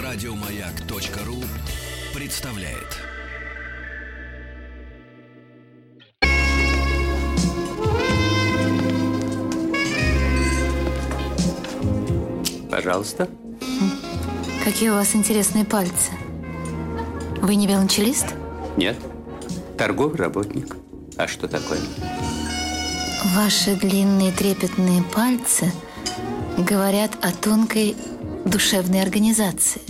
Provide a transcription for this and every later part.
Радиомаяк.ру представляет. Пожалуйста. Какие у вас интересные пальцы. Вы не велончелист? Нет. Торговый работник. А что такое? Ваши длинные трепетные пальцы говорят о тонкой душевной организации.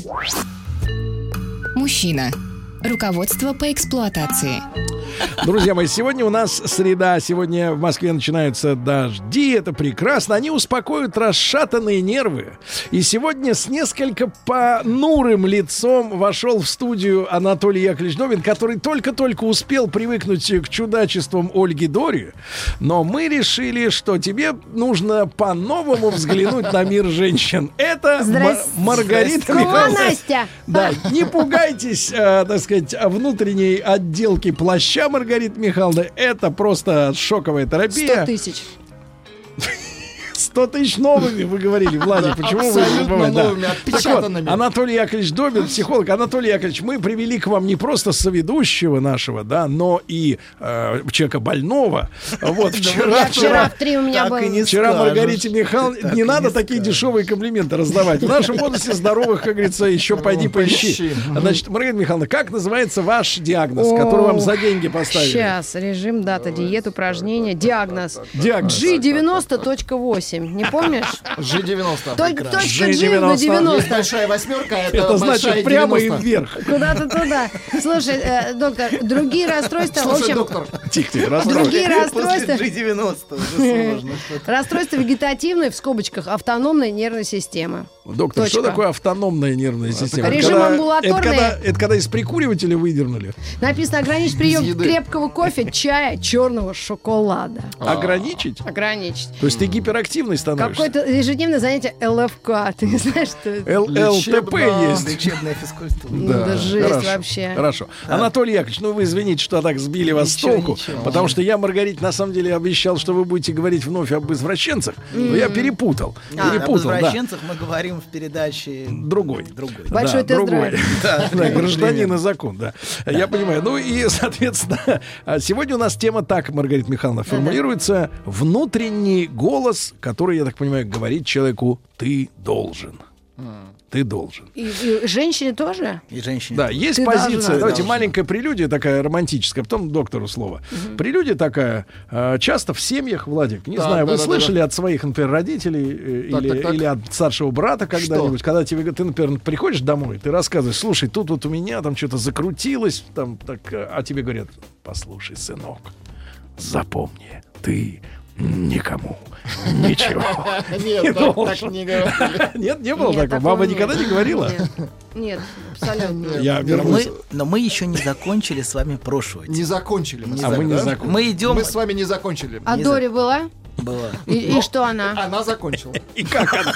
Мужчина. Руководство по эксплуатации. Друзья мои, сегодня у нас среда, сегодня в Москве начинаются дожди, это прекрасно, они успокоят расшатанные нервы. И сегодня с несколько понурым лицом вошел в студию Анатолий Яковлевич Добин, который только-только успел привыкнуть к чудачествам Ольги Дори, но мы решили, что тебе нужно по-новому взглянуть на мир женщин. Это Маргарита Михайловна. Настя! Да, не пугайтесь, так сказать, внутренней отделки плаща Маргариты Михайловны. Это просто шоковая терапия. 100 тысяч. 100 тысяч новыми, вы говорили, Владик, почему вы забываете? Новыми, Да. отпечатанными. Так вот, Анатолий Яковлевич Добин, психолог. Анатолий Яковлевич, мы привели к вам не просто соведущего нашего, да, но и человека больного. Вот Вчера в 3 у меня был. Вчера Маргарите Михайловне не надо такие дешевые комплименты раздавать. В нашем возрасте здоровых, как говорится, еще пойди поищи. Значит, Маргарита Михайловна, как называется ваш диагноз, который вам за деньги поставили? Сейчас. Режим, дата, диета, упражнения. Диагноз. Диагноз. G90.8. Не помнишь? G90. Только G90. G на 90. Большая восьмерка, Это значит прямо и вверх. Куда-то туда. Слушай, доктор, другие расстройства, в общем, Тихо, другие расстройства, G90 уже сложно. расстройства вегетативной, в скобочках, автономной нервной системы. Доктор, Точка. что такое автономная нервная система? Режим Когда- амбулаторный. Это когда из прикуривателя выдернули? Написано ограничить прием еды. крепкого кофе, чая, черного шоколада. Ограничить? Ограничить. То есть ты гиперактивный становишься? Какое-то ежедневное занятие ЛФК. Ты не знаешь, что это? ЛТП есть. Лечебное физкультура. Да жесть хорошо, вообще. Хорошо. Анатолий Яковлевич, ну вы извините, что так сбили вас с толку, потому что я, Маргарите, на самом деле обещал, что вы будете говорить вновь об извращенцах, но я перепутал. Об Перепутал, да. извращенцах мы говорим в передаче Другой. Большой Да, другой. тест-драйв. Да, гражданин и закон, да. Я понимаю. Ну и, соответственно, сегодня у нас тема так, Маргарита Михайловна, формулируется: внутренний голос, который, я так понимаю, говорит человеку: ты должен. Ты должен. И женщине тоже? и женщине. Да, есть Ты позиция. должна. Давайте Должна. маленькая прелюдия такая романтическая, потом доктору слово. Прелюдия такая часто в семьях, Владик, не Да, знаю, да, вы да, слышали от своих, например, родителей Так. или от старшего брата когда-нибудь, когда тебе, ты, например, приходишь домой, ты рассказываешь: слушай, тут вот у меня там что-то закрутилось, там, так, а тебе говорят: послушай, сынок, запомни, ты никому ничего не Нет, так должен. не говорили. Нет, не было Нет, такого. такого Мама нет. никогда не говорила? Нет, абсолютно нет. Я вернусь. Но мы еще не закончили с вами прошлую Не закончили мы с А вами, мы не да? закончили. Мы идем... Мы с вами не закончили. А Не Дори была? Была. И что она? Она закончила. И как она?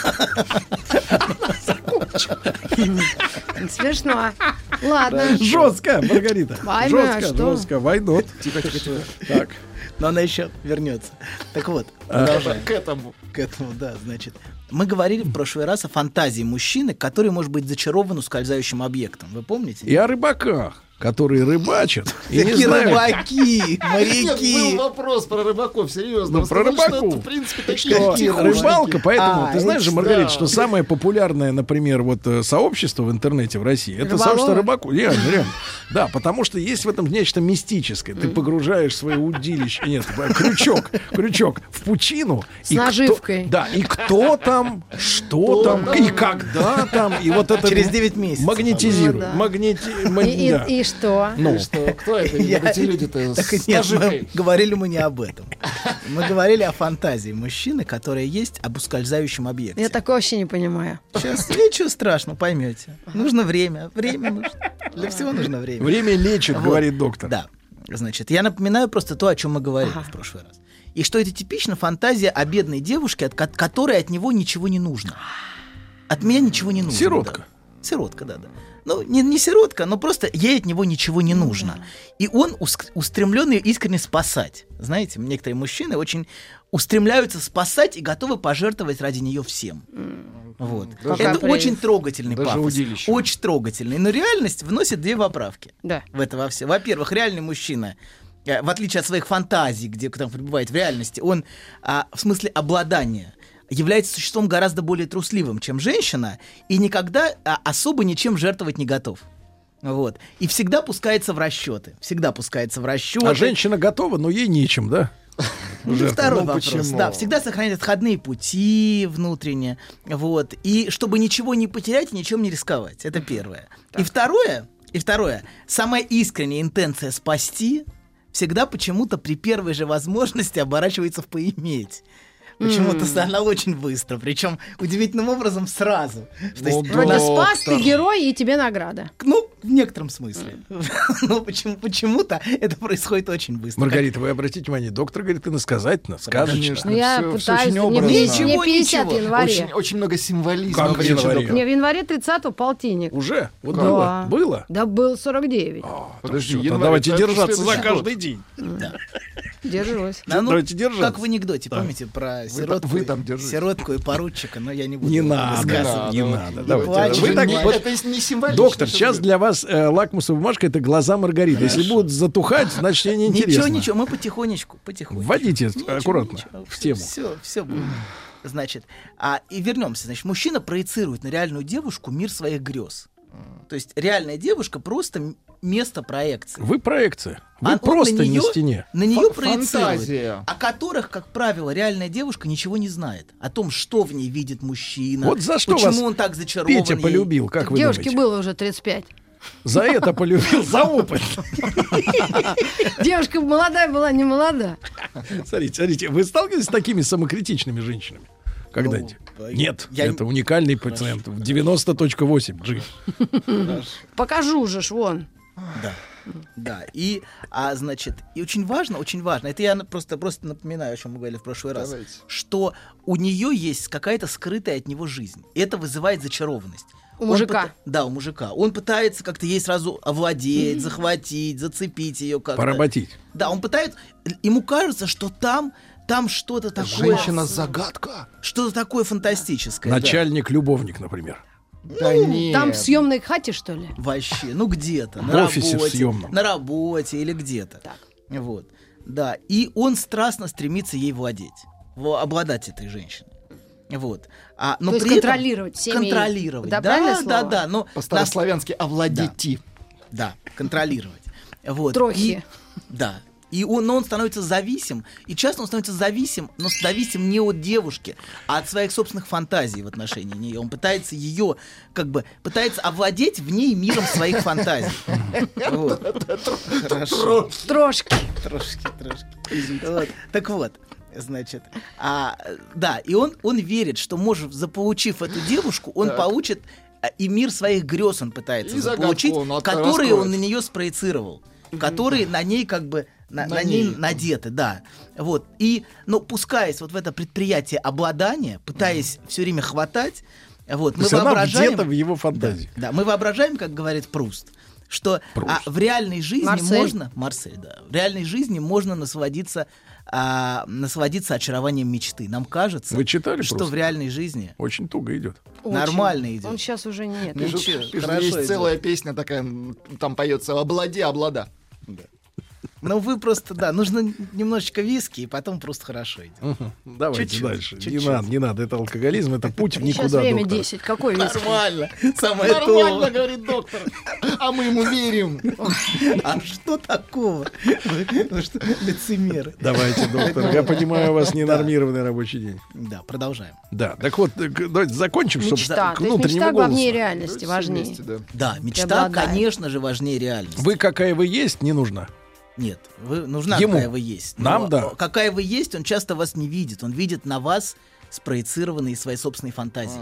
Смешно. Ладно. Жестко, Маргарита. Война, Жестко, что? жестко. Войнут. Так. Но она еще вернется. Так вот, К этому. к этому, да, значит. Мы говорили в прошлый раз о фантазии мужчины, который может быть зачарован ускользающим объектом. Вы помните? И о рыбаках, которые рыбачат. И не Такие знаю. рыбаки, Нет, моряки. был вопрос про рыбаков, серьезно. Ну, про Вы сказали, что рыбаков. это, в принципе, такие Что тихушники. рыбалка, поэтому, ты знаешь же, это Маргарита, да. что самое популярное, например, вот сообщество в интернете в России, это Рыболовы? сообщество рыбаков. Реально. Да, потому что есть в этом нечто мистическое. Ты погружаешь свое удилище, нет, крючок в пучину. С и кто- наживкой. Да, и кто там, что там, и когда там, и вот это Через 9 месяцев. магнетизирует. Ну да. И что? Ну, Что, кто это? Эти люди-то Так с нет, наживкой. говорили мы не об этом. Мы говорили о фантазии мужчины, которая есть об ускользающем объекте. Я такое вообще не понимаю. Сейчас ничего страшного, поймете. Нужно время. Время нужно. Для всего нужно время. время лечит, Вот. говорит доктор. Да. Значит, я напоминаю просто то, о чем мы говорили в прошлый раз. И что это типично фантазия о бедной девушке, которой от него ничего не нужно. От меня ничего не нужно. Сиротка. Да. Сиротка, да. ну, не сиротка, но просто ей от него ничего не нужно. И он устремлен ее искренне спасать. Знаете, некоторые мужчины очень устремляются спасать и готовы пожертвовать ради нее всем. Вот. Это очень трогательный даже пафос. удилище. Очень трогательный. Но реальность вносит две поправки. Да. В это во все. Во-первых, реальный мужчина, в отличие от своих фантазий, где там пребывает в реальности, он в смысле обладания является существом гораздо более трусливым, чем женщина, и никогда особо ничем жертвовать не готов. Вот. И всегда пускается в расчеты. А женщина готова, но ей нечем, да? Второй вопрос. почему? Да, всегда сохраняет отходные пути внутренне. Вот. И чтобы ничего не потерять и ничем не рисковать. Это первое. И второе, самая искренняя интенция спасти всегда почему-то при первой же возможности оборачивается в поиметь. Почему-то она очень быстро, причем удивительным образом сразу. То есть, Вроде спас, ты герой, и тебе награда. ну, в некотором смысле. Но почему-то это происходит очень быстро. Маргарита, вы обратите внимание, доктор говорит иносказательно, сказочно. Ну, я всё пытаюсь, очень мне образно. 50 в январе. Очень много символизма. Как в январе? Мне в январе 30-го полтинник. Уже? Вот Да. было? Было? Да, был 49. Подожди, Всё, январь, давайте это держаться за следующий год. каждый день. Держусь. Да, ну, Давайте держаться. как в анекдоте, помните про вы там держитесь. сиротку и поручика, но я не буду Не его надо, рассказывать. не надо. Не Давайте. плачь, Вы не так- плачь. вот- Это не символично. Доктор, сейчас для вас лакмусовая бумажка — это глаза Маргариты. Если будут затухать, значит, ей неинтересно. Ничего, мы потихонечку. Вводите аккуратно в тему. Все будет. Значит, и вернемся. Значит, мужчина проецирует на реальную девушку мир своих грез. То есть реальная девушка просто место проекции. Вы проекция. Вы Он просто на не неё- стене. На нее Фантазия. проецирует. О которых, как правило, реальная девушка ничего не знает. О том, что в ней видит мужчина. Вот за что почему вас он так зачарован. Петя ей. полюбил, как вы Девушке думаете? было уже 35. За это полюбил, за опыт. Девушка молодая была, не молода. Смотрите, вы сталкивались с такими самокритичными женщинами? Когда-нибудь? Нет, я- это уникальный пациент. В 90.8 G. Покажу же, ж, вон. Да, и, значит, и очень важно, это я просто напоминаю, о чем мы говорили в прошлый раз, Давайте. что у нее есть какая-то скрытая от него жизнь. И это вызывает зачарованность. У мужика. Да, у мужика. Он пытается как-то ей сразу овладеть, захватить, зацепить ее как-то. Поработить. Да, он пытается, ему кажется, что там что-то такое. Женщина-загадка. Что-то такое фантастическое. да. Начальник-любовник, например. Да нет. Там в съемной хате, что ли? Вообще, ну где-то. В На офисе работе, съемном. на работе или где-то. Вот. Да. И он страстно стремится ей владеть. Обладать этой женщиной. Вот. Но То есть при этом контролировать всеми. контролировать. Да, правильное слово? Да. Но По-старославянски овладети. да, контролировать. Вот. Трохи. Да. Но он становится зависим. И часто он становится зависим, но зависим не от девушки, а от своих собственных фантазий в отношении нее. Он пытается ее, пытается овладеть в ней миром своих фантазий. Вот. Хорошо. Трошки. Трошки. Вот. Так вот, значит, да, и он верит, что, заполучив эту девушку, он получит и мир своих грез он пытается И загадку заполучить, он которые раскроет. он на нее спроецировал, которые на ней на ней надеты, да. Вот. Но пускаясь вот в это предприятие обладания, пытаясь все время хватать, вот, То мы есть она воображаем... где-то в его фантазии. Да, мы воображаем, как говорит Пруст, что в реальной жизни Марсель. Марсель, да. В реальной жизни можно насладиться очарованием мечты. Нам кажется, Вы читали что Пруста? в реальной жизни Очень туго идет. Очень. нормально идет. Он сейчас уже нет. Ничего, Пишет, хорошо есть идет. целая песня такая, там поется «Облада». Но вы просто, да, нужно немножечко виски, и потом просто хорошо идет. Давайте Чуть-чуть, дальше. чуть-чуть. Не надо. Это алкоголизм, это путь в Сейчас никуда, время доктор. 10. Какой виски? Нормально. Самое Нормально, то. говорит доктор. А мы ему верим. А что такого? Вы что, лицемеры? Давайте, доктор. Я понимаю, у вас ненормированный рабочий день. Да, продолжаем. Да, так вот, давайте закончим, чтобы Мечта. к То есть внутреннему мечта главнее голосу. реальности, важнее. Вместе, да. Да, мечта, обладает. конечно же, важнее реальности. Вы какая вы есть, не нужна. Нет, нужна Ему. какая вы есть. Нам, да. Какая вы есть, он часто вас не видит. Он видит на вас спроецированные свои собственные фантазии,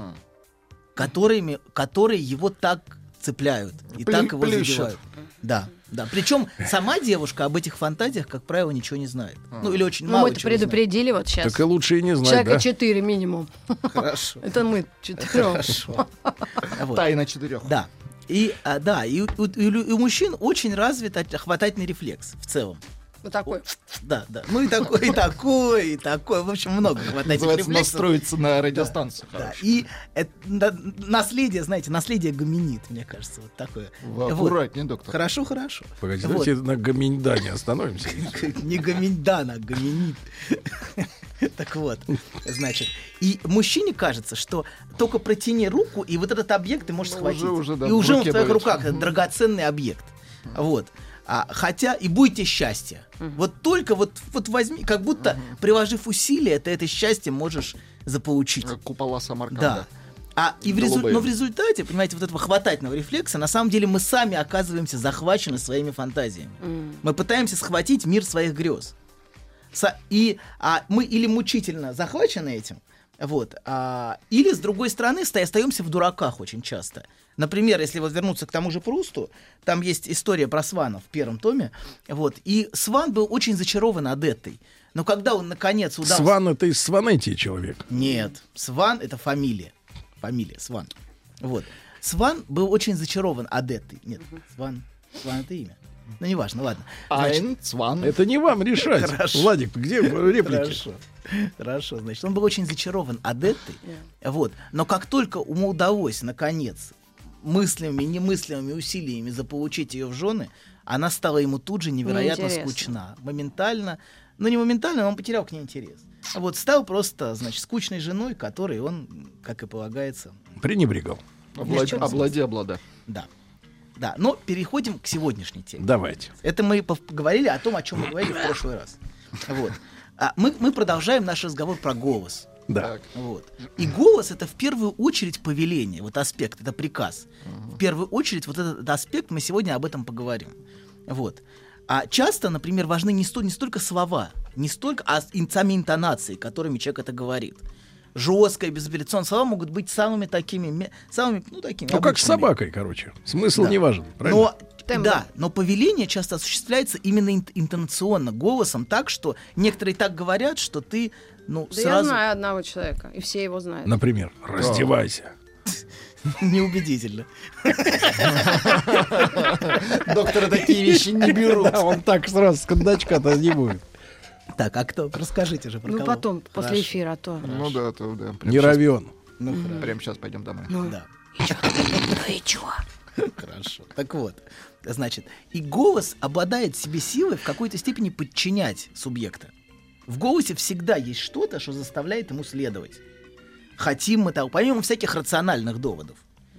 которые его так цепляют и так его Плющат. задевают. Да. Причем сама девушка об этих фантазиях, как правило, ничего не знает. Ну или очень Ну, мало мы-то чего знает. предупредили вот сейчас. Так и лучше и не знать, Человека да? 4 минимум. Хорошо. Это мы 4. Хорошо. Вот. Тайна 4. Да. И у мужчин очень развит хватательный рефлекс в целом. Вот такой. Да. Ну и такой. В общем, много хватательных Называется рефлексов. настроиться на радиостанцию. Да. И наследие, знаете, наследие гоминид, мне кажется, вот такое. Аккуратнее, доктор. Хорошо. Погодите, Вот. давайте на гоминдане остановимся. Не гоминдан, а гоминид. Так вот, значит, и мужчине кажется, что только протяни руку, и вот этот объект ты можешь схватить. уже, да, и в уже он в руке твоих будет. руках, это драгоценный объект. Вот. Хотя и будете счастье. Вот только вот возьми, как будто приложив усилия, ты это счастье можешь заполучить. Как купола Самарканда. Да. Голубые. Но в результате, понимаете, вот этого хватательного рефлекса, на самом деле мы сами оказываемся захвачены своими фантазиями. Мы пытаемся схватить мир своих грез. Мы или мучительно захвачены этим, вот, или, с другой стороны, остаемся в дураках очень часто. Например, если вот вернуться к тому же Прусту, там есть история про Свана в первом томе, вот, и Сван был очень зачарован Адеттой. Но когда он, наконец, удался... Сван — это из Сванетии человек. Нет, Сван — это фамилия. Фамилия Сван. Вот. Сван был очень зачарован Адеттой. Нет, Сван — это имя. Ну, неважно, ладно. Айн, Сван. Это не вам решать. Хорошо. Владик, где реплики? Хорошо, значит, он был очень зачарован Адеттой. Вот. Но как только ему удалось, наконец, мыслями, немыслимыми усилиями заполучить ее в жены, она стала ему тут же невероятно Неинтересно. скучна. Моментально, ну не моментально, но он потерял к ней интерес. Вот, стал просто, значит, скучной женой, которой он, как и полагается, Пренебрегал. Облади, облада. да. Да, но переходим к сегодняшней теме. Давайте. Это мы поговорили о том, о чем мы говорили в прошлый раз. Вот. Мы продолжаем наш разговор про голос. Да. Вот. И голос — это в первую очередь повеление, вот аспект, это приказ. В первую очередь вот этот аспект, мы сегодня об этом поговорим. Вот. А часто, например, важны не столько слова, а сами интонации, которыми человек это говорит. Жесткое, безапелляционное слова могут быть самыми такими, такими Ну, как с обычными. собакой, короче. Смысл Да. не важен, правильно? Но повеление часто осуществляется именно интонационно, голосом, так, что некоторые так говорят, что ты, Да я сразу знаю одного человека, и все его знают. Например, раздевайся. неубедительно. Доктора такие вещи не берут. Да, он так сразу с кондачка-то не будет. Так, а кто? Расскажите же про Ну, кого. потом, после Хорошо. эфира, а то. Ну да, то да. Не равен. Ну, хорошо. Прямо сейчас пойдем домой. Да. Ну и чего? Хорошо. Так вот, значит, и голос обладает в себе силой в какой-то степени подчинять субъекта. В голосе всегда есть что-то, что заставляет ему следовать. Хотим мы того, помимо всяких рациональных доводов.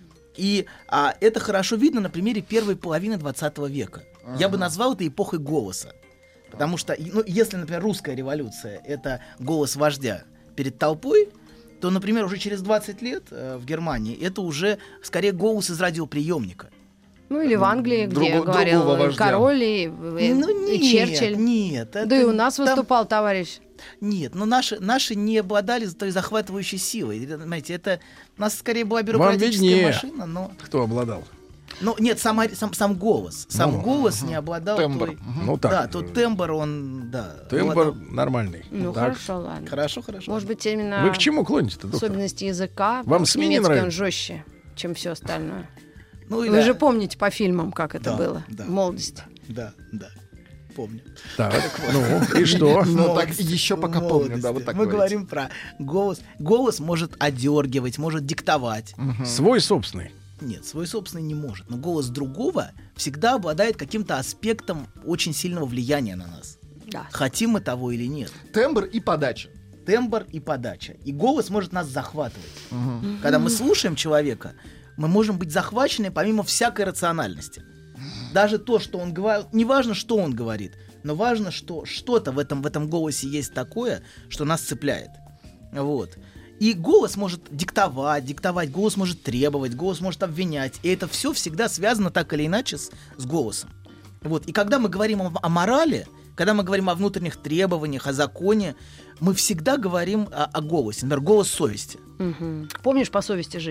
И это хорошо видно на примере первой половины 20 века. Я бы назвал это эпохой голоса. Потому что, если, например, русская революция — это голос вождя перед толпой, то, например, уже через 20 лет в Германии это уже скорее голос из радиоприемника. Ну, или в Англии, где Другого говорил вождя. король и Черчилль. Нет. Да и у нас выступал товарищ. Нет, но наши не обладали той захватывающей силой. Знаете, это у нас скорее была бюрократическая виднее. машина, но... Кто обладал? Но нет, сам голос. Сам голос не обладал Тембр. той... Ну так. Да, тот тембр, он, да. Тембр обладал. нормальный. Ну, Так. хорошо, ладно. Хорошо. Может быть, именно Вы к чему клоните-то, доктор? особенности языка. Вам в СМИ не немецком он нравится? жестче, чем все остальное. Ну, и Вы да. же помните по фильмам, как это Да, было да. в молодости. Да, помню. Так, ну и что? Ну так еще пока помню, да, вот так Мы говорите. говорим про голос. Голос может одергивать, может диктовать. Свой собственный. Нет, свой собственный не может. Но голос другого всегда обладает каким-то аспектом очень сильного влияния на нас. Да. Хотим мы того или нет. Тембр и подача. Тембр и подача. И голос может нас захватывать. Когда мы слушаем человека, мы можем быть захвачены помимо всякой рациональности. Даже то, что он говорит, не важно, что он говорит, но важно, что что-то в этом голосе есть такое, что нас цепляет. Вот. И голос может диктовать, голос может требовать, голос может обвинять. И это все всегда связано так или иначе с голосом. Вот. И когда мы говорим о морали, когда мы говорим о внутренних требованиях, о законе, мы всегда говорим о голосе. Например, голос совести. Мгм. Помнишь «По совести жить»?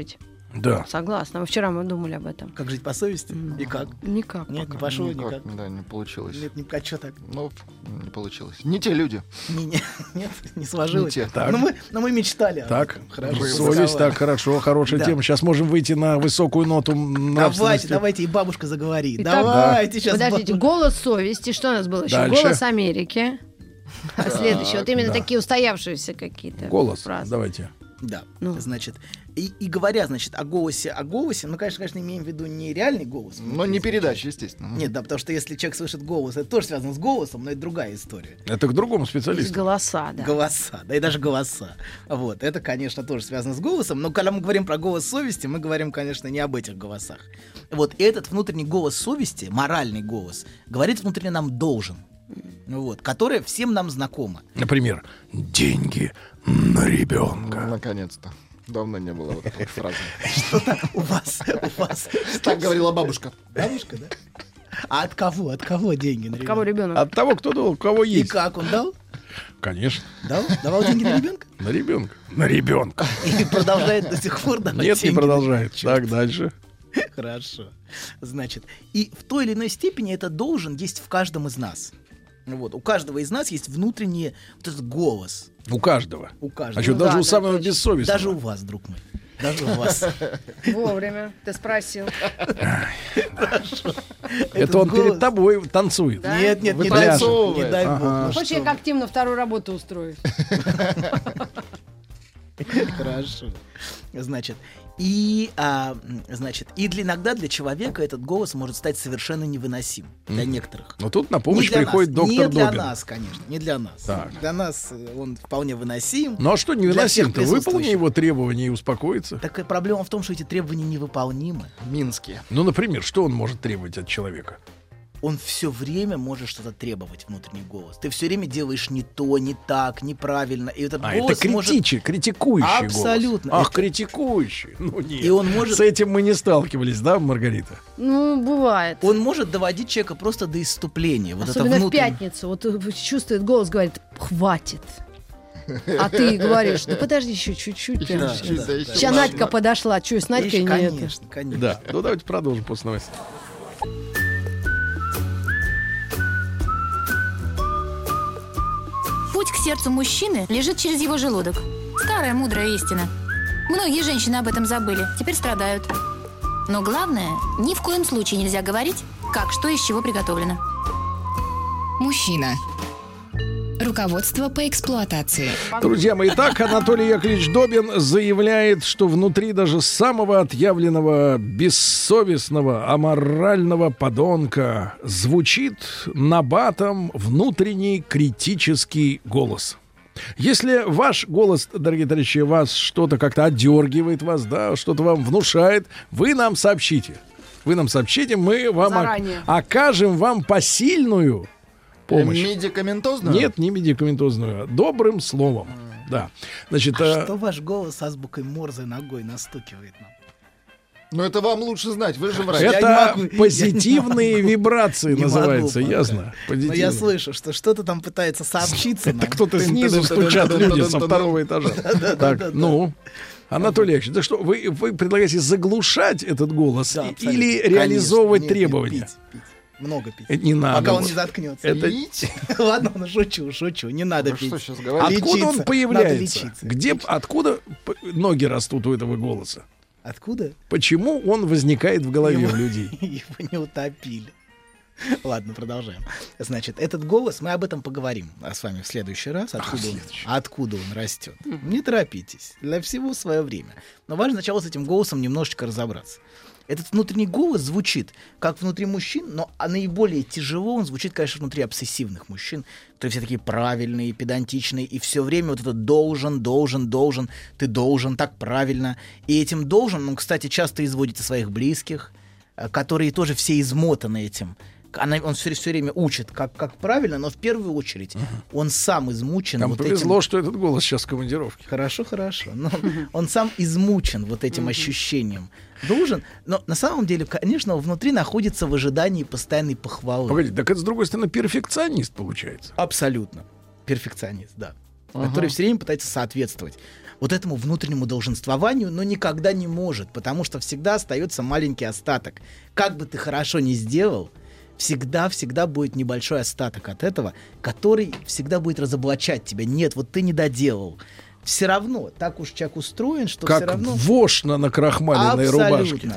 Да. Согласна. Вчера мы думали об этом. Как жить по совести? И как? Никак. Нет, не пока. пошло, Никак, никак. да, не получилось. Нет, а что так? Ну, не получилось. Не те люди. Нет, не сложилось. Не те. Так. Но мы мечтали. об Так, этом. Хорошо. совесть, так, хорошо, хорошая Да. тема. Сейчас можем выйти на высокую ноту нравственности. Давайте, и бабушка заговорит. Итак, Давайте сейчас. Подождите, голос совести. Что у нас было еще? Дальше. Голос Америки. А следующий. Вот именно да. такие устоявшиеся какие-то Голос, фразы. давайте. Да, Ну. значит, и говоря, значит, о голосе, ну, конечно, имеем в виду не реальный голос. Но не передача, естественно. Нет, да, потому что если человек слышит голос, это тоже связано с голосом, но это другая история. Это к другому Есть специалисту. голоса, да. Голоса, да, и даже голоса. Вот, это, конечно, тоже связано с голосом, но когда мы говорим про голос совести, мы говорим, конечно, не об этих голосах. Вот, и этот внутренний голос совести, моральный голос, говорит внутренне нам «должен», вот, которое всем нам знакомо. Например, деньги на ребенка. Наконец-то. Давно не было вот этой фразы. Что-то у вас. Так говорила бабушка. Бабушка, да? А от кого? От кого деньги на Кого ребенка? ребенок? От того, кто дал, у кого И есть. как, он дал? Конечно. Дал? Давал деньги на ребенка? На ребенка. На ребенка. И продолжает до сих пор давать Нет, не деньги. продолжает. Так, дальше. Хорошо. Значит, и в той или иной степени это должен есть в каждом из нас. Вот, у каждого из нас есть внутренний вот этот голос. У каждого. У каждого. А что, Ну даже да, у да, самого точно. бессовестного. Даже у вас, друг мой. Даже у вас. Вовремя. Ты спросил. Это он голос. перед тобой танцует. Да? Нет, не дай бог. Вытанцовывает. Не дай бог. Ага. Ну Хочешь, что я вы. как Тим на вторую работу устрою? Хорошо. Значит, иногда для человека этот голос может стать совершенно невыносим. Для некоторых. Но тут на Не помощь для приходит нас, доктор не для Добин. нас, конечно, не для нас. Так. Для нас он вполне выносим. Ну а что Для всех невыносим-то? Выполни присутствующих. его требования и успокоится. Такая проблема в том, что эти требования невыполнимы. Минские. Ну, например, что он может требовать от человека? Он все время может что-то требовать, внутренний голос. Ты все время делаешь не то, не так, неправильно. И этот А, голос это может... критикующий Абсолютно. голос. Ах, Это- критикующий. Ну нет. И он может- С этим мы не сталкивались, да, Маргарита? Ну, бывает. Он может доводить человека просто до исступления. Вот Особенно это в внутреннее. пятницу. Вот чувствует голос, говорит, хватит. А ты говоришь, ну подожди еще чуть-чуть. Да, да, Чуть-чуть, да, еще Сейчас Надька подошла. Что, с Надькой не это? Конечно, конечно. Да. Ну давайте продолжим после новостей. Путь к сердцу мужчины лежит через его желудок. Старая мудрая истина. Многие женщины об этом забыли, теперь страдают. Но главное, ни в коем случае нельзя говорить, как что из чего приготовлено. Мужчина. Руководство по эксплуатации. Друзья мои, итак, Анатолий Яковлевич Добин заявляет, что внутри даже самого отъявленного, бессовестного, аморального подонка звучит набатом внутренний критический голос. Если ваш голос, дорогие товарищи, вас что-то как-то отдергивает вас, да, что-то вам внушает, вы нам сообщите. Вы нам сообщите, мы вам Заранее. окажем вам посильную помощь. Медикаментозную? Нет, не медикаментозную, а добрым словом. Да. Значит, Что ваш голос азбукой Морзе ногой настукивает нам? Ну это вам лучше знать, вы же врач. Я это не могу, позитивные я не вибрации Не называется, могу ясно? пока. Но Позитивные. я слышу, что что-то там пытается сообщиться Это нам. кто-то снизу стучат люди со второго этажа. Так, ну, Анатолий Яковлевич, да что, вы предлагаете заглушать этот голос Да, абсолютно. или Конечно. реализовывать Нет, нет, требования? пить. Много пить. Это не надо. Пока он вот. не заткнется. Это- Пить? Ладно, ну шучу. Не надо Вы пить. что сейчас говорите? Откуда он Лечиться. Надо появляется? лечиться. Откуда ноги растут у этого голоса? Откуда? Почему он возникает в голове Его- у людей? Его не утопили. Ладно, продолжаем. Значит, этот голос, мы об этом поговорим с вами в следующий раз. Откуда он растет. Не торопитесь. Для всего свое время. Но важно сначала с этим голосом немножечко разобраться. Этот внутренний голос звучит как внутри мужчин, но наиболее тяжело он звучит, конечно, внутри обсессивных мужчин, которые все такие правильные, педантичные, и все время вот это должен, ты должен, так правильно. И этим должен, он, кстати, часто изводит своих близких, которые тоже все измотаны этим. Он все время учит, как правильно, но в первую очередь он сам измучен. Нам вот повезло, этим... что этот голос сейчас в командировке. Хорошо. Но он сам измучен вот этим ощущением. Должен, но на самом деле, конечно, внутри находится в ожидании постоянной похвалы. Погодите, так это, с другой стороны, перфекционист получается. Абсолютно. Перфекционист, да. Который все время пытается соответствовать. вот этому внутреннему долженствованию, но никогда не может, потому что всегда остается маленький остаток. Как бы ты хорошо ни сделал, всегда будет небольшой остаток от этого, который всегда будет разоблачать тебя. Нет, вот ты не доделал. Все равно, так уж человек устроен, что как все равно... вошь на накрахмаленной рубашке.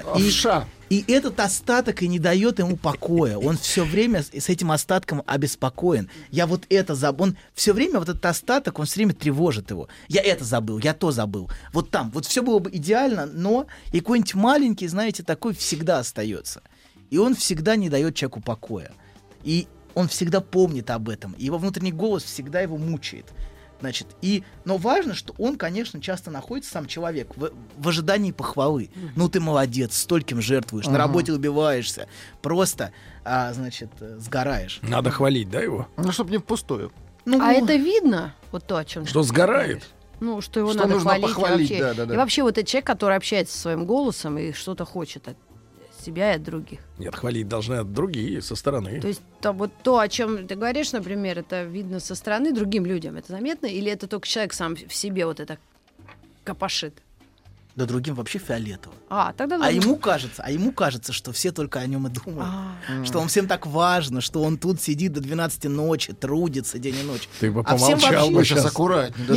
И этот остаток и не дает ему покоя. Он все время с этим остатком обеспокоен. Я вот это забыл. Он все время, вот этот остаток, он все время тревожит его. Я это забыл, я то забыл. Вот там, вот все было бы идеально, но и какой-нибудь маленький, знаете, такой всегда остается. И он всегда не дает человеку покоя. И он всегда помнит об этом. И его внутренний голос всегда его мучает. Значит, но важно, что он, конечно, часто находится, сам человек, в ожидании похвалы. Ну, ты молодец, стольким жертвуешь, на работе убиваешься, просто, сгораешь. Надо хвалить, да, его? Ну, чтобы не впустую. А это видно, вот то, о чем что сгорает? Ну, что его что надо нужно хвалить. Похвалить, и вообще, да. И вообще вот этот человек, который общается своим голосом и что-то хочет от себя и от других. Нет, хвалить должны от другие, со стороны. То есть вот то, о чем ты говоришь, например, это видно со стороны другим людям. Это заметно? Или это только человек сам в себе вот это копошит? Да другим вообще фиолетово. Тогда а ему кажется, что все только о нем и думают. Что он всем так важно, что он тут сидит до 12 ночи, трудится день и ночь. Ты бы помолчал бы сейчас аккуратнее.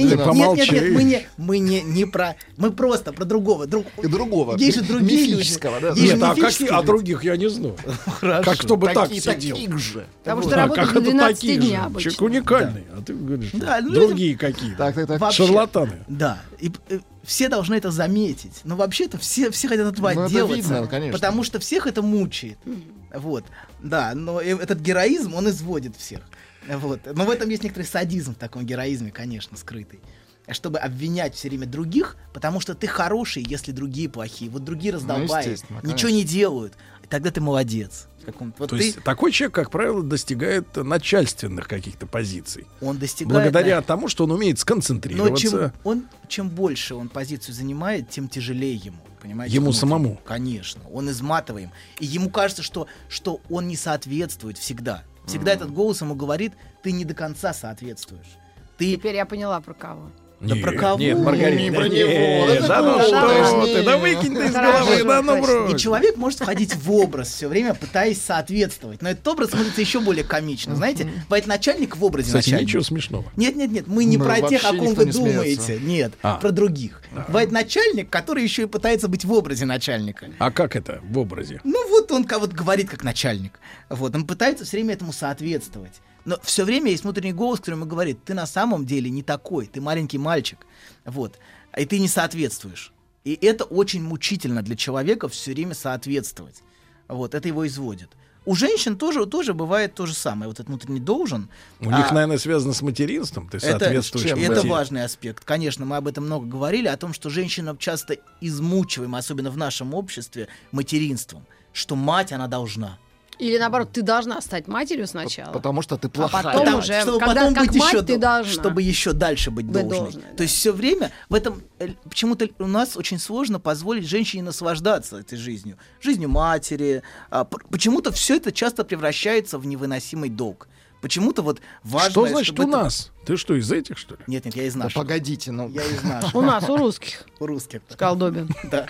Нет, мы не про... Мы просто про другого. Другого. Есть же другие мифического, люди. Да? Нет, а какие? А других я не знаю. Хорошо. Как кто бы так сидел. Таких же. Потому что работают до 12 дней обычно. Человек уникальный. А ты говоришь, Да, другие какие-то. Так. Шарлатаны. Да. И все должны это заметить. Но вообще-то все хотят этого отделаться. Видно, конечно. Потому что всех это мучает. Вот. Да, но этот героизм, он изводит всех. Вот. Но в этом есть некоторый садизм в таком героизме, конечно, скрытый. Чтобы обвинять все время других, потому что ты хороший, если другие плохие. Вот другие раздолбают, ничего не делают. И тогда ты молодец. Вот то есть такой человек, как правило, достигает начальственных каких-то позиций. Он достигает... Благодаря тому, что он умеет сконцентрироваться. Но чем больше он позицию занимает, тем тяжелее ему. Понимаете? Ему самому. Конечно. Он изматываем. И ему кажется, что он не соответствует всегда. Всегда этот голос ему говорит, ты не до конца соответствуешь. Теперь я поняла, про кого. Да про кого? Нет, Маргарита, не про него. Да ну что ты, да выкинь ты из головы, да ну брось. И человек может входить в образ все время, пытаясь соответствовать. Но этот образ смотрится еще более комично. Знаете, бывает начальник в образе начальника. Ничего смешного. Нет, мы не про тех, о ком вы думаете. Нет, про других. Бывает начальник, который еще и пытается быть в образе начальника. А как это в образе? Ну вот он кого-то говорит как начальник. Вот, он пытается все время этому соответствовать. Но все время есть внутренний голос, который ему говорит, ты на самом деле не такой, ты маленький мальчик, вот, и ты не соответствуешь. И это очень мучительно для человека все время соответствовать. Вот, это его изводит. У женщин тоже бывает то же самое. Вот этот внутренний должен. У них, наверное, связано с материнством. Ты соответствуешь. Это важный аспект. Конечно, мы об этом много говорили, о том, что женщина часто измучиваема, особенно в нашем обществе, материнством. Что мать, она должна. Или наоборот, ты должна стать матерью сначала. Потому что ты плохая. А потом уже, чтобы когда потом как быть мать, еще, ты должна. чтобы еще дальше быть должной. Да. То есть все время в этом почему-то у нас очень сложно позволить женщине наслаждаться этой жизнью. Жизнью матери. Почему-то все это часто превращается в невыносимый долг. Почему-то вот важно... Что значит у нас? Ты что, из этих, что ли? Нет, я из наших. Да погодите, Я из наших. У нас, у русских. У русских. Сказал Добин. Да.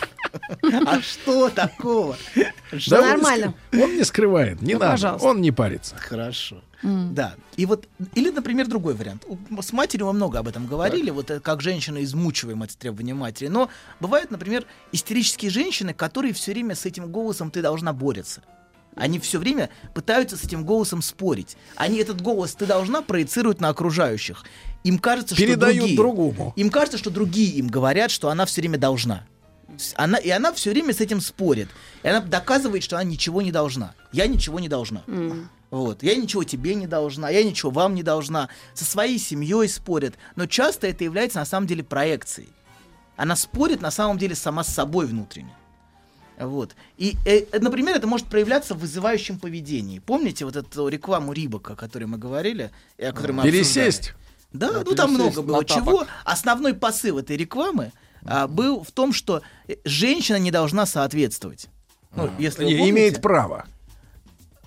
А что такого? Да нормально. Он не скрывает, не надо, пожалуйста. Он не парится. Хорошо. Да. И вот, или, например, другой вариант. С матерью мы много об этом говорили, вот как женщина измучиваем от требования матери. Но бывают, например, истерические женщины, которые все время с этим голосом «ты должна» борются. Они все время пытаются с этим голосом спорить. Они этот голос «ты должна» проецируют на окружающих. Им кажется, передают что другому. Им кажется, что другие им говорят, что она все время должна. Она все время с этим спорит. И она доказывает, что она ничего не должна. Я ничего не должна. Вот. Я ничего тебе не должна, я ничего вам не должна. Со своей семьей спорят. Но часто это является на самом деле проекцией. Она спорит на самом деле сама с собой внутренне. Вот. И, например, это может проявляться в вызывающем поведении. Помните вот эту рекламу Рибока, о которой мы говорили? И о которой мы пересесть. Да, там много было чего. Основной посыл этой рекламы был в том, что женщина не должна соответствовать. Если имеет право.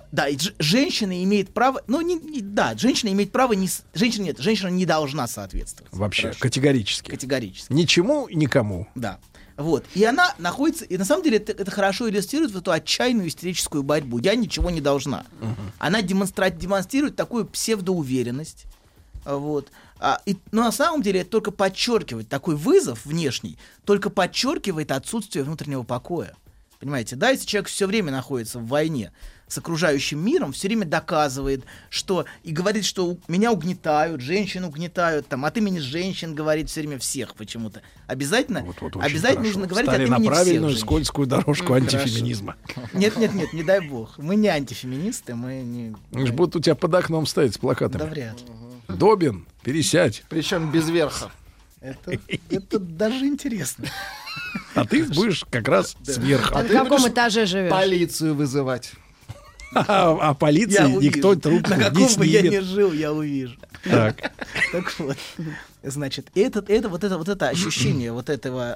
Да, и женщина имеет право, женщина имеет право, женщина не должна соответствовать. Вообще, Хорошо. категорически. Категорически. Ничему и никому. Да. Вот. И она находится, и на самом деле это хорошо иллюстрирует вот эту отчаянную истерическую борьбу. Я ничего не должна. Она демонстрирует такую псевдоуверенность. Вот. Но на самом деле это только подчеркивает такой вызов внешний, только подчеркивает отсутствие внутреннего покоя. Понимаете, да, если человек все время находится в войне с окружающим миром, все время доказывает, что и говорит, что меня угнетают, женщин угнетают, там, от имени женщин говорит все время всех почему-то. Обязательно, обязательно нужно говорить Стали от имени на правильную всех скользкую дорожку антифеминизма. Нет, не дай бог. Мы не антифеминисты, мы не... Они же будут у тебя под окном стоять с плакатами. Да вряд ли. Добин, пересядь. Причем без верха. Это даже интересно. А ты будешь как раз сверху. А на каком этаже живешь? Полицию вызывать. А полиции никто трубку на не каком бы я ни снимет. жил, я увижу. Так. Так вот, значит, это ощущение вот этого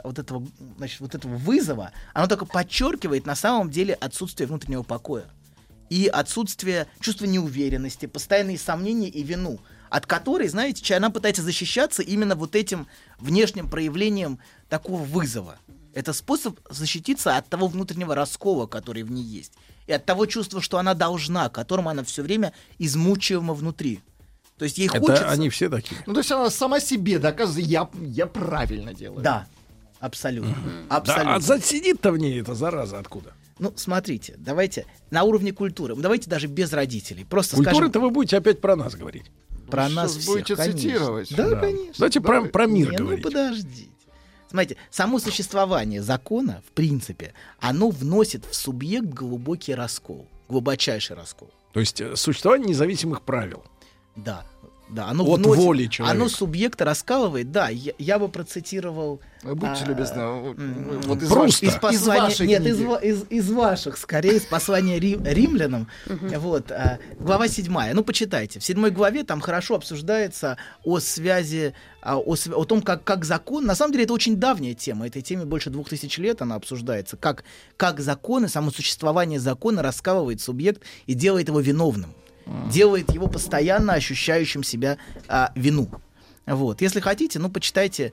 вызова, оно только подчеркивает на самом деле отсутствие внутреннего покоя и отсутствие чувства неуверенности, постоянные сомнения и вину, от которой, знаете, она пытается защищаться именно вот этим внешним проявлением такого вызова. Это способ защититься от того внутреннего раскола, который в ней есть, и от того чувства, что она должна, которым она все время измучиваема внутри. То есть ей хочется... Это они все такие. Ну, то есть она сама себе доказывает, я правильно делаю. Да, абсолютно. Да, Абсолютно. а засидит-то в ней эта зараза откуда? Ну, смотрите, давайте на уровне культуры, давайте даже без родителей. Просто Культура-то скажем вы будете опять про нас говорить. про Вы нас сейчас всех, будете конечно. цитировать. Да, Да. конечно. Давайте про мир Не, говорить. Ну, подождите. Смотрите, само существование закона, в принципе, оно вносит в субъект глубокий раскол, глубочайший раскол. То есть существование независимых правил. Да, оно От вносит, воли человека. оно субъекта раскалывает. Да, я бы процитировал. Будьте любезны. Вот из Пруста. Из из послания, вашей нет, книги. из ваших, скорее, из послания римлянам. Вот, глава 7. Ну, почитайте. В 7 главе там хорошо обсуждается о связи, о том, как закон... На самом деле, это очень давняя тема. Этой теме больше 2000 лет она обсуждается. Как законы, само существование закона раскалывает субъект и делает его виновным. Делает его постоянно ощущающим себя вину. Вот. Если хотите, ну, почитайте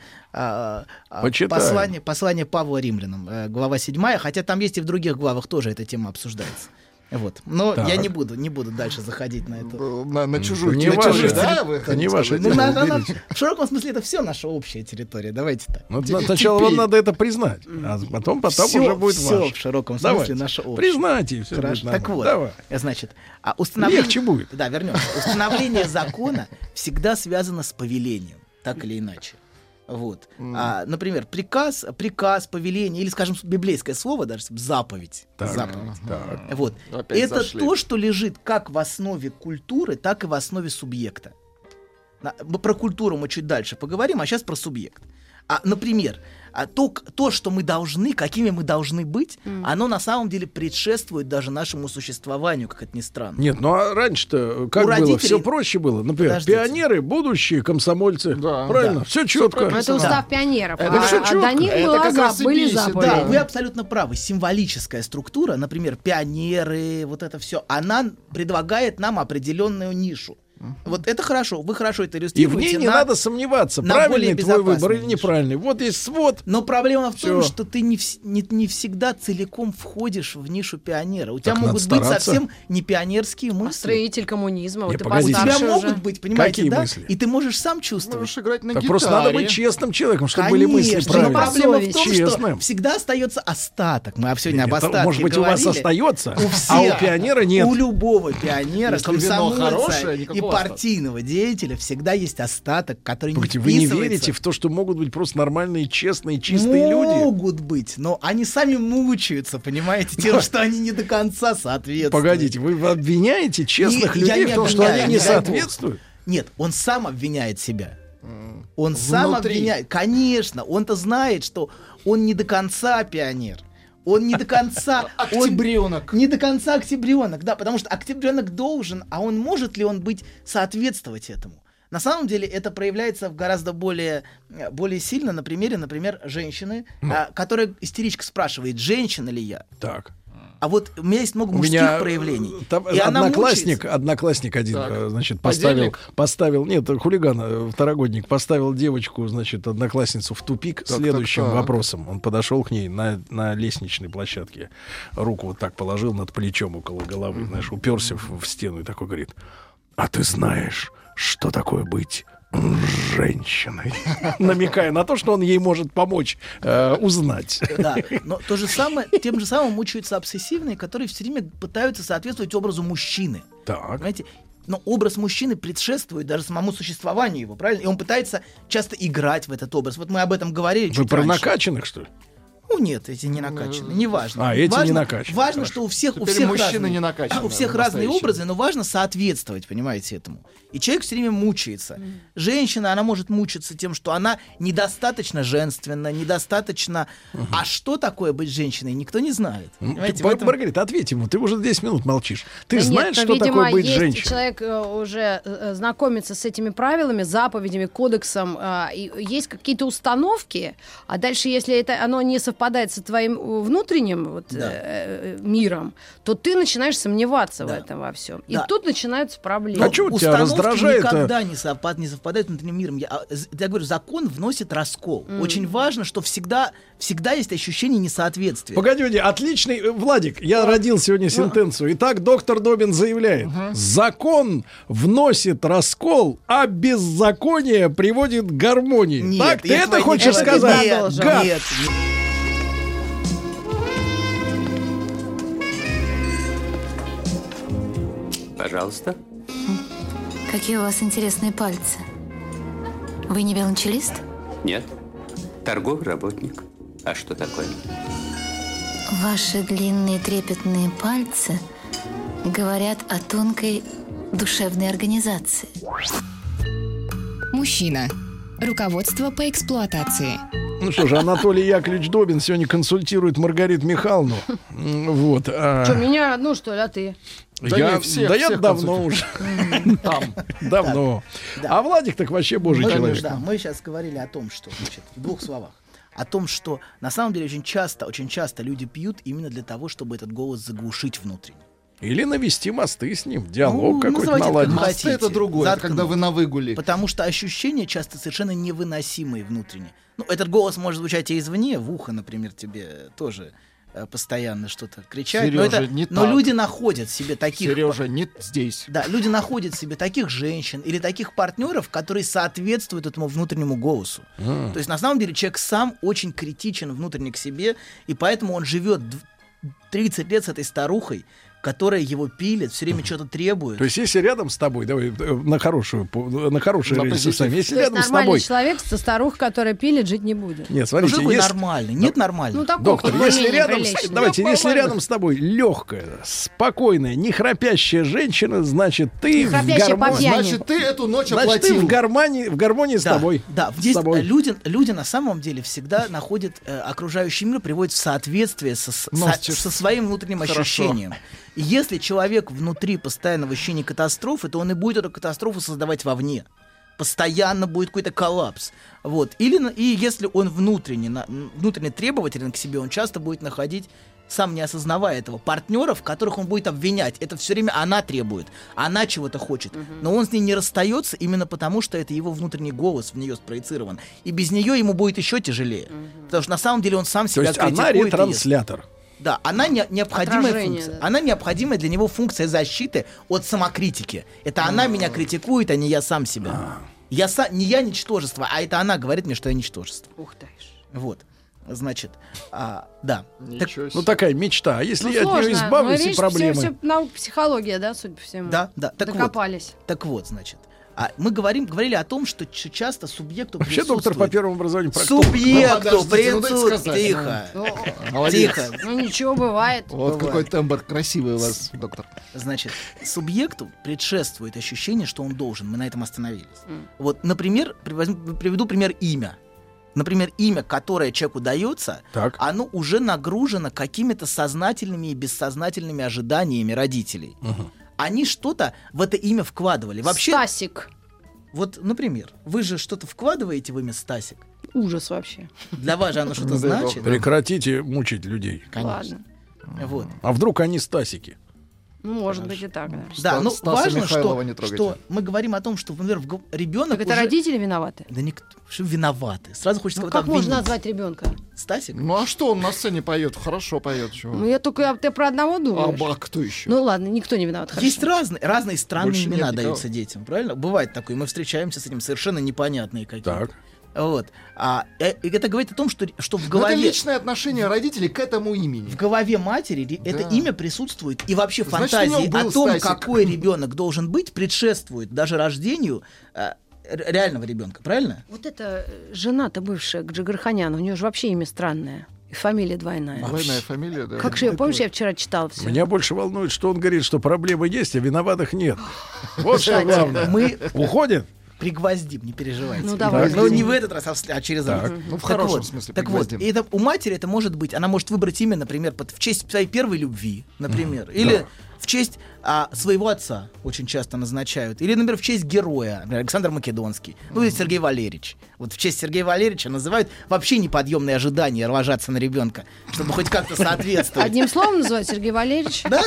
послание Павла римлянам, глава 7, хотя там есть и в других главах тоже эта тема обсуждается. Вот. Но Так. я не буду дальше заходить на это. На чужую Не территорию, ваша, да? вы это не хотите ваша сказать? тема. В широком смысле это все наша общая территория. Давайте так. Ну, сначала вам надо это признать, а потом Всё- уже будет всё ваше. в широком Давайте. смысле наше общее. Признайте, и все Хорошо. будет Так вот, нормально. Давай. значит, Легче будет. Да, вернемся. Установление закона всегда связано с повелением, так или иначе. Вот. Например, приказ, повеление, или, скажем, библейское слово, даже заповедь. Так, Заповедь. так. Вот. Опять Это зашли. то, что лежит как в основе культуры, так и в основе субъекта. Про культуру мы чуть дальше поговорим, а сейчас про субъект. Например, то, что мы должны, какими мы должны быть, оно на самом деле предшествует даже нашему существованию, как это ни странно. Нет, ну а раньше-то как У было? родителей- Все проще было. Например, Подождите. пионеры, будущие комсомольцы. Да. Правильно, Да. все четко. Ну, это устав пионеров. Это всё А чётко. до них Это как раз и были бесит, заповеди. Да, вы абсолютно правы. Символическая структура, например, пионеры, вот это все, она предлагает нам определенную нишу. Вот это хорошо, вы хорошо это И в иллюстрируете. ней не надо сомневаться, на правильный более твой выбор безопасную или нишу. неправильный. Вот есть свод. Но проблема в том, Всё. что ты не всегда целиком входишь в нишу пионера. У тебя Так могут надо быть стараться. совсем не пионерские мысли. Строитель коммунизма. Вот Не, ты погодите. У тебя постарше могут уже. быть, понимаете, Какие да? мысли? И ты можешь сам чувствовать. Можешь играть на Так гитаре. просто надо быть честным человеком, чтобы были мысли Конечно, но правильные. проблема в Совесть. том, Честным. что всегда остается остаток. Мы сегодня об Это, остатке может быть, у вас говорили. остается, У а всех. у пионера нет. У любого пионера, Если вино комсомольца хорошее, и никакого остатка. партийного деятеля всегда есть остаток, который Погодите, не вы не вписывается. верите в то, что могут быть просто нормальные, честные, чистые люди? Могут быть, но они сами мучаются, понимаете, тем, что они не до конца соответствуют. Погодите, вы обвиняете честных И я людей не в том, что обвиняю, они не не дай бог. соответствуют? Нет, он сам обвиняет себя. Он сам Внутри. обвиняет. Конечно, он-то знает, что он не до конца пионер. Он не до конца... Октябренок. Не до конца октябренок, да, потому что октябренок должен, а он может ли он соответствовать этому? На самом деле это проявляется гораздо более сильно на примере, например, женщины, которая истеричка спрашивает, женщина ли я? Так. А вот у меня есть много мужских проявлений. Там И она одноклассник один, Так. значит, Подельник? хулиган, второгодник, поставил девочку, значит, одноклассницу в тупик следующим так. вопросом. Он подошел к ней на лестничной площадке, руку вот так положил над плечом около головы, знаешь, уперся в стену и такой говорит: а ты знаешь, что такое быть женщиной? Намекая на то, что он ей может помочь узнать. Да, но тем же самым мучаются обсессивные, которые все время пытаются соответствовать образу мужчины. Так. Понимаете? Но образ мужчины предшествует даже самому существованию его, правильно? И он пытается часто играть в этот образ. Вот мы об этом говорили Вы чуть про раньше. накачанных, что ли? Ну нет, эти не накачаны, неважно. А, эти важно, не накачаны, Важно, хорошо. что у всех Теперь мужчины разные, не накачаны, у всех разные настоящие. образы, но важно соответствовать, понимаете, этому. И человек все время мучается. Женщина, она может мучиться тем, что она недостаточно женственна, недостаточно... А что такое быть женщиной, никто не знает. Понимаете, в этом- Маргарита, ответь ему, ты уже 10 минут молчишь. Ты Да знаешь, нет, что видимо, такое быть есть женщиной? человек уже знакомится с этими правилами, заповедями, кодексом, и есть какие-то установки, а дальше, если оно не совпадает со твоим внутренним миром, то ты начинаешь сомневаться в этом во всем. И Да. тут начинаются проблемы. А чё тебя Установки раздражает? никогда не совпадают с внутренним миром. Я говорю, закон вносит раскол. Очень важно, что всегда есть ощущение несоответствия. Погоди, отличный, Владик, я родил сегодня сентенцию. Итак, доктор Добин заявляет: закон вносит раскол, а беззаконие приводит к гармонии. Нет, Так, ты этого это хочешь это сказать? не Нет, Гад. нет. Пожалуйста. Какие у вас интересные пальцы. Вы не велончелист? Нет. Торговый работник. А что такое? Ваши длинные трепетные пальцы говорят о тонкой душевной организации. Мужчина. Руководство по эксплуатации. Ну что же, Анатолий Яковлевич Добин сегодня консультирует Маргариту Михайловну. Вот. Что, меня одну, что ли, а ты? Да Я не, всех давно уже. Там. Давно. Да. А Владик так вообще божий человек. Да, мы сейчас говорили о том, что, значит, в двух словах, о том, что на самом деле очень часто люди пьют именно для того, чтобы этот голос заглушить внутренне. Или навести мосты с ним, диалог какой-то называйте это наладить. как Мосты хотите. это другое, это Заткнуть. когда вы на выгуле. Потому что ощущения часто совершенно невыносимые внутренне. Ну, этот голос может звучать и извне, в ухо, например, тебе тоже постоянно что-то кричать. Сережа, не но так. люди находят себе таких... Сережа, не здесь. Да, люди находят себе таких женщин или таких партнеров, которые соответствуют этому внутреннему голосу. То есть, на самом деле, человек сам очень критичен внутренне к себе, и поэтому он живет 30 лет с этой старухой, которая его пилит, все время что-то требует. То есть, если рядом с тобой, давай на хорошее На рельсы сами, если То есть рядом с нормальный тобой... человек со старух, которая пилит, жить не будет. Нет, Ну, смотрите, какой есть... нормальный? Нет нормального. Ну, такой Доктор, если более-менее рядом, приличный. давайте, если рядом с тобой легкая, спокойная, не храпящая женщина, значит, ты в храпящая по гармонии. пьяни. Значит, ты эту ночь Значит, ты оплатил. в гармонии с Да, тобой. да, С здесь тобой. люди на самом деле всегда находят окружающий мир, приводят в соответствие со своим внутренним Хорошо. ощущением. И если человек внутри постоянно в ощущении катастрофы, то он и будет эту катастрофу создавать вовне. Постоянно будет какой-то коллапс. Вот. И если он внутренне требователен к себе, он часто будет находить, сам не осознавая этого, партнеров, которых он будет обвинять. Это все время она требует, она чего-то хочет. Но он с ней не расстается именно потому, что это его внутренний голос в нее спроецирован. И без нее ему будет еще тяжелее. Потому что на самом деле он сам То себя есть она критикует и ест. ретранслятор. Да, она необходимая Отражение, функция. да. Она необходимая для него функция защиты от самокритики. Это она меня критикует, а не я сам себя. Не я ничтожество, а это она говорит мне, что я ничтожество. Ух ты. Вот. Значит, да. Так, Ничего себе. Ну, такая мечта. Если Ну, я от сложно. нее избавлюсь, Ну, и видишь, проблемы. Все наука, психология, да, судя по всему. да. Так Докопались. вот, значит. Мы говорили о том, что часто субъекту Вообще доктор по присутствует... первому образованию проктолог. Субъекту подождите, ну, дайте сказать. Тихо. Молодец. Тихо. Ну, ничего, бывает. Вот какой тембр красивый у вас, доктор. Значит, субъекту предшествует ощущение, что он должен. Мы на этом остановились. Вот, например, приведу пример имя. Например, имя, которое человеку дается, Так. оно уже нагружено какими-то сознательными и бессознательными ожиданиями родителей. Они что-то в это имя вкладывали. Вообще, Стасик. вот, например, вы же что-то вкладываете в имя Стасик. Ужас вообще. Для вас же оно что-то Да, значит. Прекратите мучить людей. Ладно. Вот. А вдруг они Стасики? Ну, может быть и так, да. Да, но Стаса важно, Михайлова не что трогайте. мы говорим о том, что, например, ребенок Так это родители виноваты? Да никто, что виноваты. Сразу хочется Ну, кого-то как можно обвинить. назвать ребенка? Стасик? Ну а что он на сцене поет? Хорошо поет. Чего? Ну, ты про одного думаешь? А кто еще? Ну ладно, никто не виноват. Хорошо. Есть разные странные Больше нет имена никого. даются детям, правильно? Бывает такое, мы встречаемся с этим совершенно непонятные какие-то. Так. Вот. И это говорит о том, что в Но это голове... личное отношение родителей к этому имени. В голове матери это имя присутствует, и вообще Значит, фантазии у него был о том, Стасик. какой ребенок должен быть, предшествует даже рождению реального ребенка, правильно? Вот эта жена-то бывшая к Джигарханяну, у нее же вообще имя странное. И фамилия двойная. Двойная фамилия, да. Как же я, помнишь, я вчера читала все. Меня больше волнует, что он говорит, что проблемы есть, а виноватых нет. Вот что главное. Мы Уходит? пригвоздим, не переживайте. Ну, давай. Но не в этот раз, а через раз. Ну, в Так хорошем вот, смысле Так вот, пригвоздим. и это, у матери это может быть, она может выбрать имя, например, в честь своей первой любви, например, или в честь своего отца очень часто назначают, или, например, в честь героя, например, Александр Македонский, ну или Сергей Валерьевич. Вот в честь Сергея Валерьевича называют вообще неподъемные ожидания ложатся на ребенка, чтобы хоть как-то соответствовать. Одним словом называют Сергей Валерьевич. Да,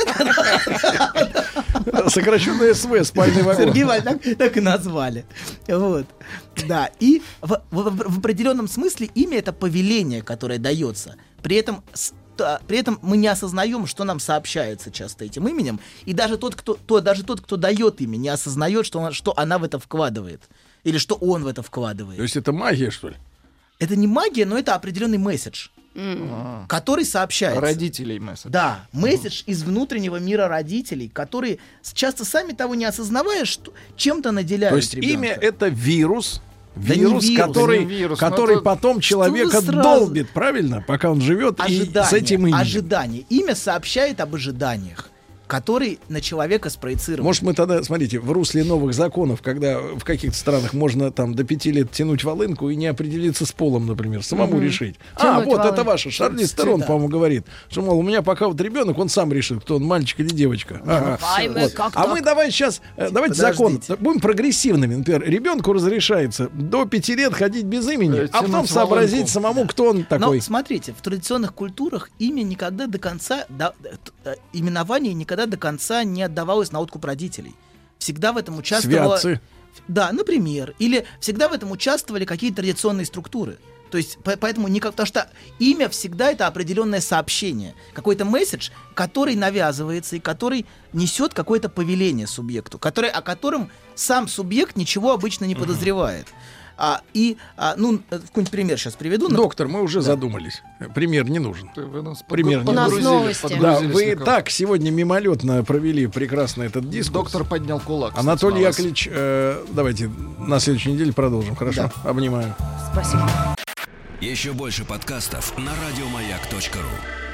Сокращенное СВ, спальный вагон. Сергей Валерьевич так и назвали. Вот. Да, и в определенном смысле имя — это повеление, которое дается. При этом мы не осознаем, что нам сообщается часто этим именем, и даже тот, кто дает имя, не осознает, что она в это вкладывает, или что он в это вкладывает. То есть это магия, что ли? Это не магия, но это определенный месседж, который сообщается. Родителей месседж. Да, месседж из внутреннего мира родителей, которые часто сами того не осознавая, чем-то наделяют То есть ребенка. имя это вирус. Да не Вирус, вирус, который, да не вирус, который но это- потом человека вы сразу- долбит, правильно? Пока он живет и с этим именем. Ожидание. Имя сообщает об ожиданиях, которые на человека спроецированы. Может, мы тогда, смотрите, в русле новых законов, когда в каких-то странах можно там до 5 лет тянуть волынку и не определиться с полом, например, самому решить. Тянуть Вот это волынку. ваше. Шарлиз Терон, Да. по-моему, говорит, что, мол, у меня пока вот ребенок, он сам решит, кто он, мальчик или девочка. Ага. Поймы, как А так? мы давай сейчас, давайте закон, будем прогрессивными. Например, ребенку разрешается до 5 лет ходить без имени, а потом тянуть сообразить волынку. самому, кто он такой. Но смотрите, в традиционных культурах имя никогда до конца, именование никогда до конца не отдавалось на откуп родителей. Всегда в этом участвовала... Святцы. Да, например. Или всегда в этом участвовали какие-то традиционные структуры. То есть, поэтому потому что имя всегда это определенное сообщение, какой-то месседж, который навязывается и который несет какое-то повеление субъекту, о котором сам субъект ничего обычно не подозревает. Какой-нибудь пример сейчас приведу. Доктор, мы уже задумались. Пример не нужен. Вы нас Пример не У нас подгрузили, новости. Да, подгрузили вы слегка. так сегодня мимолетно провели прекрасно этот дискурс. Доктор поднял кулак. кстати, Анатолий на вас. Яковлевич, давайте на следующей неделе продолжим, хорошо? Обнимаю. Спасибо. Еще больше подкастов на радиомаяк.ру.